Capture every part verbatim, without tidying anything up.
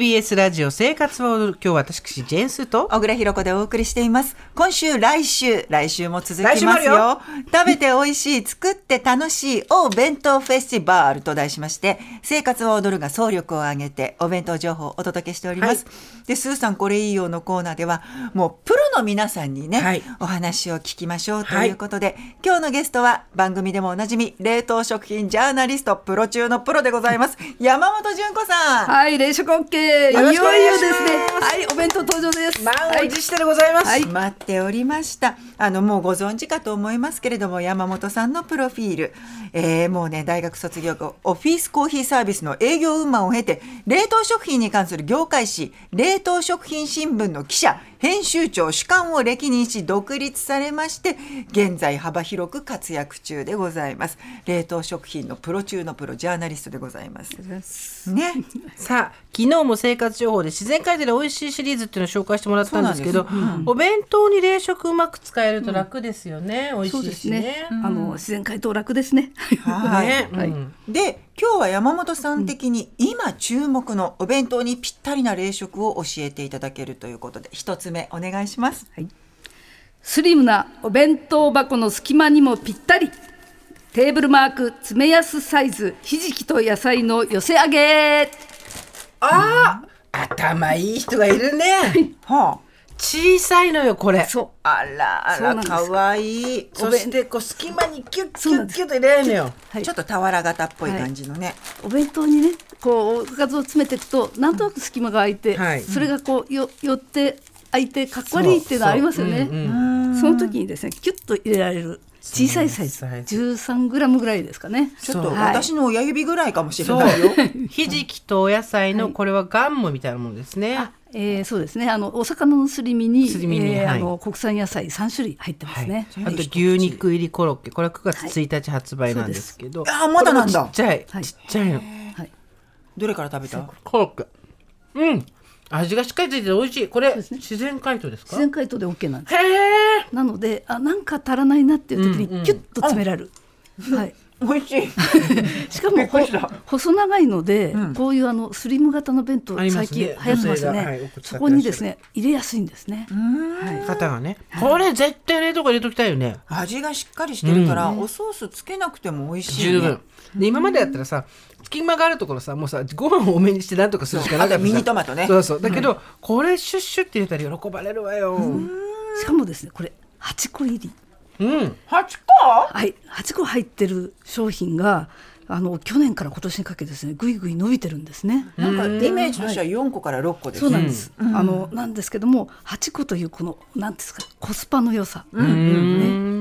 ビーエス ラジオ生活を踊る。今日は私ジェーンスーと小倉弘子でお送りしています。今週来週来週も続きますよ。よ食べて美味しい作って楽しいお弁当フェスティバルと題しまして、生活を踊るが総力を挙げてお弁当情報をお届けしております、はい、でスーさんこれいいよのコーナーではもうプロの皆さんにね、はい、お話を聞きましょうということで、はい、今日のゲストは番組でもおなじみ冷凍食品ジャーナリストプロ中のプロでございます山本純子さん。 はい、冷食 OK。 いよいよですね。はい、お弁当登場です。 満を持してでございます、 はい、待っておりました。あのもうご存知かと思いますけれども、山本さんのプロフィール、えー、もうね大学卒業後オフィスコーヒーサービスの営業運搬を経て、冷凍食品に関する業界誌冷凍食品新聞の記者編集長主幹を歴任し独立されまして、現在幅広く活躍中でございます。冷凍食品のプロ中のプロジャーナリストでございますね。 さあ昨日も生活情報で自然解凍で美味しいシリーズっていうのを紹介してもらったんですけど、うん、お弁当に冷食うまく使えると楽ですよね、うん、美味しいし ね, ね、 うん、あの自然解凍楽ですね。 はい、 ね、 はい、で今日は山本さん的に今注目のお弁当にぴったりな冷食を教えていただけるということで、一つ目お願いします。 はい、スリムなお弁当箱の隙間にもぴったり、テーブルマーク詰めやすサイズひじきと野菜の寄せ揚げ。 あ、うん、頭いい人がいるね、はあ、小さいのよこれ。 そう、あらあらかわいい。 そしてこう隙間にキュッキュッキュッと入れられるのよ、 はい、ちょっと俵型っぽい感じのね、はい、 お弁当にねこうおかずを詰めていくとなんとなく隙間が空いて、うん、はい、それがこうよ寄って空いてかっこ悪いっていうのはありますよね。 そ, う、うんうん、その時にですねキュッと入れられる小さいサイズ じゅうさんグラム ぐらいですかね。 ちょっと私の親指ぐらいかもしれないよ。 ひじきとお野菜のこれはガンモみたいなものですね、はい、 えー、そうですね。あのお魚のすり身に、すり身に、えーはい、あの国産野菜さん種類入ってますね、 はい、あと牛肉入りコロッケ、これはくがつついたち発売なんですけど、 はい、あまだなんだ。 ちっちゃい、はい、ちっちゃいの、 はい、どれから食べた？ コロッケ、うん、味がしっかりついてて美味しい。これ、ね、自然解凍ですか？ 自然解凍で OK なんです。 へー。 なのであなんか足らないなっていう時にキュッと詰められる、うんうん、はい、 美味しいしかも細長いので、うん、こういうあのスリム型の弁当最近流行ってますね、はい、そこにですね入れやすいんですね。 はい、型がね、これ絶対冷凍庫入れときたいよね。 味がしっかりしてるから、うん、おソースつけなくても美味しい、ね、 十分で、今までやったらさ隙間があるところさもうさご飯を多めにしてなんとかするしかなかったさ、 ミニトマトね。 そうそうだけど、うん、これシュッシュって入れたら喜ばれるわよ。 しかもですねこれはちこ入り、 うん、 はちこ、 はい、はちこ入ってる商品があの去年から今年にかけてですねぐいぐい伸びてるんですね。 なんかイメージとしてはよんこからろっこです、 ね、はい、そうなんです、うん、あのなんですけどもはちこというこのなんですかコスパの良さ、うん、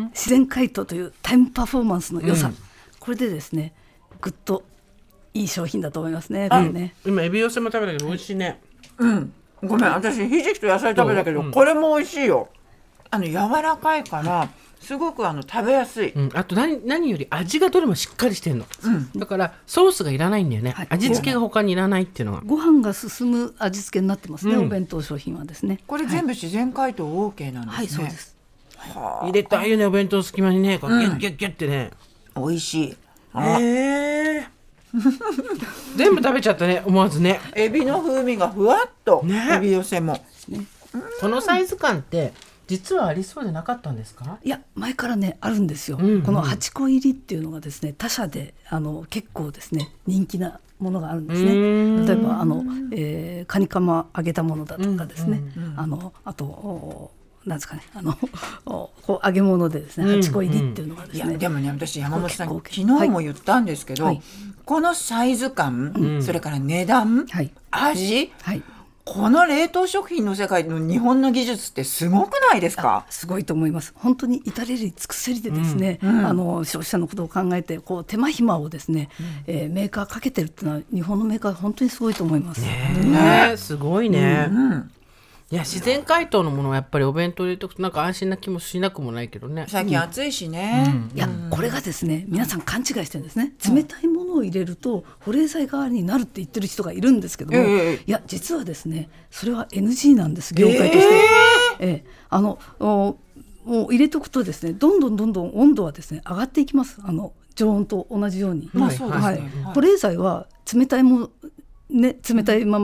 ね、自然解凍というタイムパフォーマンスの良さ、うん、これでですねぐっといい商品だと思いますね。これね、 今エビ寄せも食べたけど美味しいね。 うん、ごめん私ひじきと野菜食べたけど、うん、これも美味しいよ。あの柔らかいからすごくあの食べやすい、 うん、あと 何, 何より味がどれもしっかりしてるの、うん、だからソースがいらないんだよね、はい、味付けが他にいらないっていうのがご飯が進む味付けになってますね、うん、お弁当商品はですね。 これ全部自然解凍 OK なんですね。 はい、そうです。 はあ、入れたいよねお弁当隙間にね、こうギュッギュッギュッってね、 うん、美味しい。 へー全部食べちゃったね思わずね。 エビの風味がふわっと、ね、エビ寄せも、ね、 このサイズ感って実はありそうでなかったんですか？ いや前からねあるんですよ、うんうん、このはちこ入りっていうのがですね他社であの結構ですね人気なものがあるんですね。例えばあの、えー、カニカマ揚げたものだとかですね、うんうんうん、あのあとなんですかねあのこう揚げ物でですね、うんうん、はちこ入りっていうのがですね、 いやでもね私山本さん昨日も言ったんですけど、はい、このサイズ感、うん、それから値段、はい、味、はい、この冷凍食品の世界の日本の技術ってすごくないですか？ すごいと思います。本当に至れり尽くせりでですね、うんうん、あの消費者のことを考えてこう手間暇をですね、うん、えー、メーカーかけてるっていうのは日本のメーカー本当にすごいと思います。 ねえ、ねえ、すごいね、うんうん、いや自然解凍のものはやっぱりお弁当入れておくとなんか安心な気もしなくもないけどね。 最近暑いしね、 うん、いやこれがですね皆さん勘違いしてるんですね。冷たいものを入れると保冷剤代わりになるって言ってる人がいるんですけども、えー、いや実はですねそれは エヌジー なんです業界として、えーえー、あのもう入れておくとですねどんどんどんどん温度はですね上がっていきます。あの常温と同じように、 まあそうですね、はい、 保冷剤は冷たいものね冷たいまま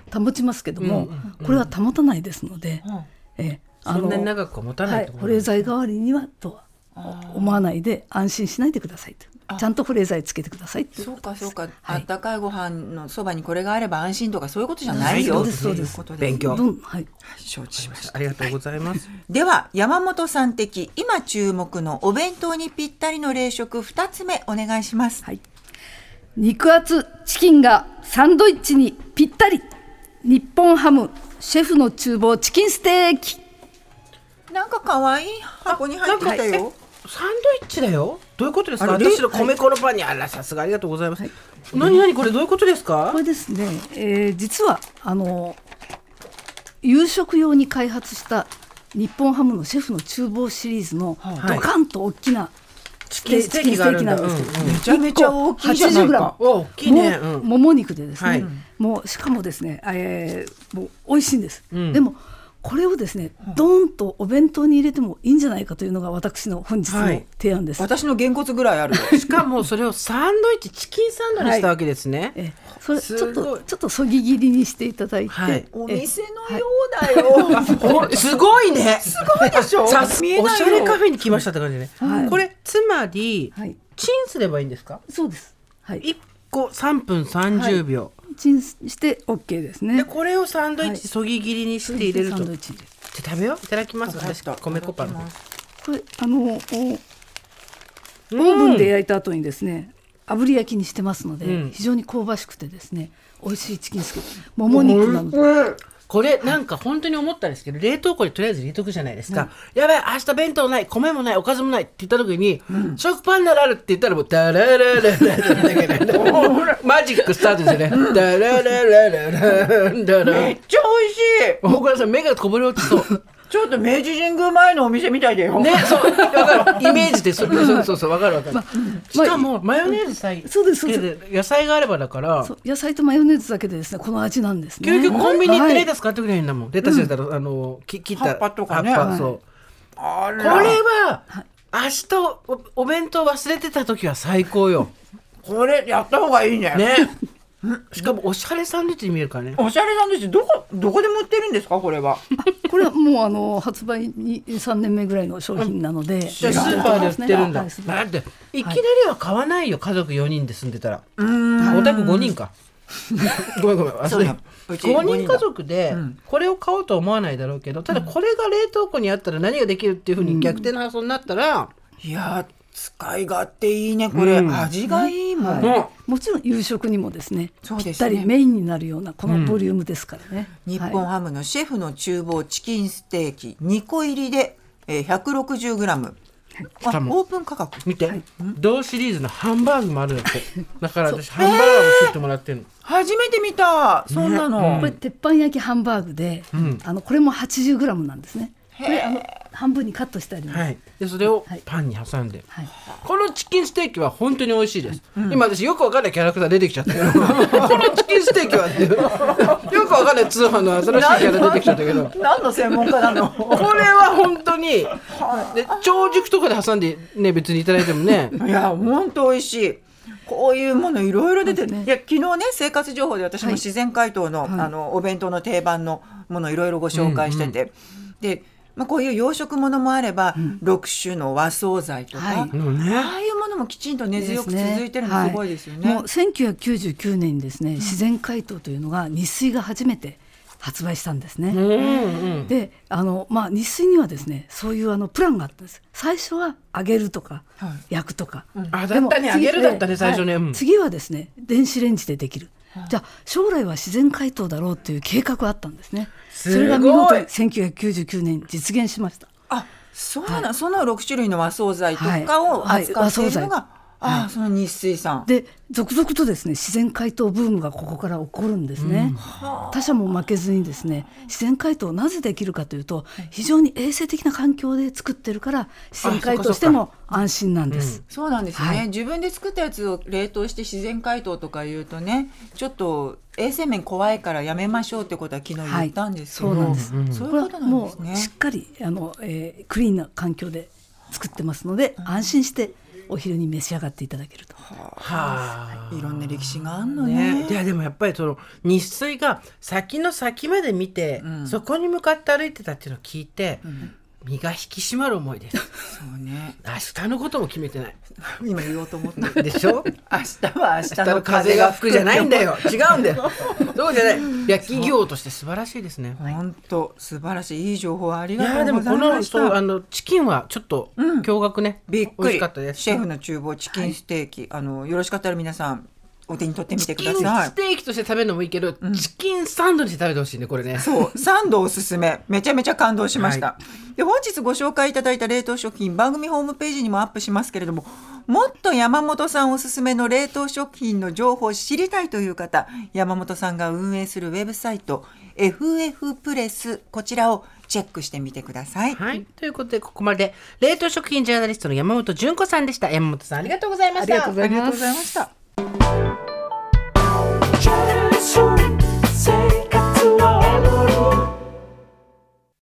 保ちますけども、うんうん、これは保たないですので、うんえー、そんなに長く持たないと、 はい、保冷剤代わりにはとは思わないで安心しないでくださいと。ちゃんと保冷剤つけてくださいって。 そうかそうか、はい、あったかいご飯のそばにこれがあれば安心とかそういうことじゃないよ。 そうですそうです。 勉強、 はい、承知しました。 ありがとうございます。 では山本さん的今注目のお弁当にぴったりの冷食ふたつめお願いします。 はい、肉厚チキンがサンドイッチにぴったり、日本ハムシェフの厨房チキンステーキ。 なんか可愛い箱に入ってたよ。 サンドイッチだよ。どういうことですか。私の米粉のパンに、あらさすがありがとうございます。はい、何何これどういうことですか。 これですね、えー、実はあの夕食用に開発した日本ハムのシェフの厨房シリーズのドカンと大きなチキンステーキなんですけど、 うんうん、めちゃめちゃ大きいじゃないか。 大きいね、 うん、もも肉でですね、はい、もうしかもですね、えー、もう美味しいんです、うん、でもこれをですね、ドーンとお弁当に入れてもいいんじゃないかというのが私の本日の提案です、 はい、私のげんこつぐらいあるしかもそれをサンドイッチチキンサンドにしたわけですね、はい、 えそれちょっとちょっとそぎ切りにしていただいて、はい、 お店のようだよ、 はい、すごいね、 すごいでしょさ見えないよ、おしゃれカフェに来ましたって感じね、はい、これつまり、はい、チンすればいいんですか。 そうです、はい、 いっこさんぷんさんじゅうびょう、はい、 チンして OK ですね。 でこれをサンドイッチそぎ切りにして入れると、はい、食べよう。いただきます。私米粉パン。 これあのオーブンで焼いた後にですね、炙り焼きにしてますので、うん、非常に香ばしくてですね、美味しいチキンスケ、もも肉なので、 これなんか本当に思ったんですけど、冷凍庫にとりあえず入れとくじゃないですか、うん、やばい明日弁当ない、米もない、おかずもないって言った時に、うん、食パンならあるって言ったらもうダラララララマジックスタートですよね。ダララララララめっちゃ美味しい。 大倉さん目がこぼれ落ちそうちょっと明治神宮前のお店みたいだよ。 ね、そう、わかる。イメージで、そそうそうそう、わかるわかる。ま、しかもマヨネーズさえ、そうですそうです。野菜があればだから。 野菜とマヨネーズだけでですね、この味なんですね。 究極コンビニ行ってレタス買ってくれへんだもん。レタスだったら、あの切った葉っぱとかね。 そう。これは明日お弁当忘れてた時は最高よ。 これやった方がいいね。 ね。しかもおしゃれサンドイッチに見えるからね。 おしゃれサンドイッチどこどこでも売ってるんですかこれは。 これはもうあの発売にさんねんめぐらいの商品なので、 じゃあスーパーで売ってるんだ。だっていきなりは買わないよ、家族よにんで住んでたら。お宅ごにんか。ごめんごめん。あ、そうや。ごにん家族でこれを買おうとは思わないだろうけど、ただこれが冷凍庫にあったら何ができるっていうふうに逆転の発想になったら、 いや使い勝手いいねこれ、うん、味がいいもん、 はい、もちろん夕食にもですね、そうですね、ぴったりメインになるようなこのボリュームですからね、 うん、日本ハムのシェフの厨房チキンステーキにこ入りで、えー、ひゃくろくじゅうグラム、あ、オープン価格見て、はい、同シリーズのハンバーグもあるんだって。だから私ハンバーグを作ってもらってるの、 えー、初めて見たそんなの、 ね、うん、これ鉄板焼きハンバーグで、うん、あのこれもはちじゅうグラムなんですね。これあの半分にカットしてあります、 はい、でそれをパンに挟んで、はい、このチキンステーキは本当に美味しいです、うん、今私よくわかんないキャラクター出てきちゃったけどこのチキンステーキはよくわかんない通販の新しいキャラ出てきちゃったけど何の専門家なのこれは本当にで長熟とかで挟んで、ね、別にいただいてもねいや本当美味しい。こういうものいろいろ出てる、ね、いや昨日ね生活情報で私も自然解凍 の,、はい、あのお弁当の定番のものいろいろご紹介してて、うんうん、でまあ、こういう洋食ものもあれば、うん、ろく種の和惣菜とか、はい、ああいうものもきちんと根強く続いてるのすごいですよね。 はい、もうせんきゅうひゃくきゅうじゅうきゅうねんにですね、うん、自然解凍というのが日水が初めて発売したんですね。うんうん、であの、まあ、日水にはですねそういうあのプランがあったんです。最初は揚げるとか、はい、焼くとか、 うん、あだったね揚げるだったね最初ね、 はい、次はですね電子レンジでできる、はい、じゃあ将来は自然解凍だろうという計画があったんですね。それが見事にせんきゅうひゃくきゅうじゅうきゅうねん実現しました。 あ、そうな、はい、そのろく種類の和惣菜とかを扱っているのが、はいはいああその日水さんで続々とですね自然解凍ブームがここから起こるんですね、うん、他社も負けずにですね自然解凍なぜできるかというと非常に衛生的な環境で作ってるから自然解凍しても安心なんです。 うん、そうなんですね、はい、自分で作ったやつを冷凍して自然解凍とかいうとねちょっと衛生面怖いからやめましょうってことは昨日言ったんですけど、はい、そうなんです、うん、そういうことなんですね。 もうしっかりあの、えー、クリーンな環境で作ってますので、うん、安心してお昼に召し上がっていただけると。 はあ、いろんな歴史があんのね。 ね、いやでもやっぱりその日水が先の先まで見て、うん、そこに向かって歩いてたっていうのを聞いて、うん、身が引き締まる思いです。 そうね。 明日のことも決めてない。 今言おうと思ったでしょ。 明日は明日の風が吹くじゃないんだよ。違うんだよ。そうじゃない。いや企業として素晴らしいですね。 本当素晴らしい、いい情報ありがとうございました。いやでもこのそうあのチキンはちょっと驚愕ね。 うん、びっくり。 美味しかったです。 シェフの厨房チキンステーキ、はい、あのよろしかったら皆さんお手に取ってみてください。 チキンステーキとして食べるのもいいけど、うん、チキンサンドにして食べてほしいねこれね。 そうサンドおすすめ。めちゃめちゃ感動しました、はい、で本日ご紹介いただいた冷凍食品番組ホームページにもアップしますけれども、もっと山本さんおすすめの冷凍食品の情報を知りたいという方、山本さんが運営するウェブサイト エフエフ プレス、こちらをチェックしてみてください。 はい、ということでここまで冷凍食品ジャーナリストの山本純子さんでした。山本さんありがとうございました。 ありがとうございました。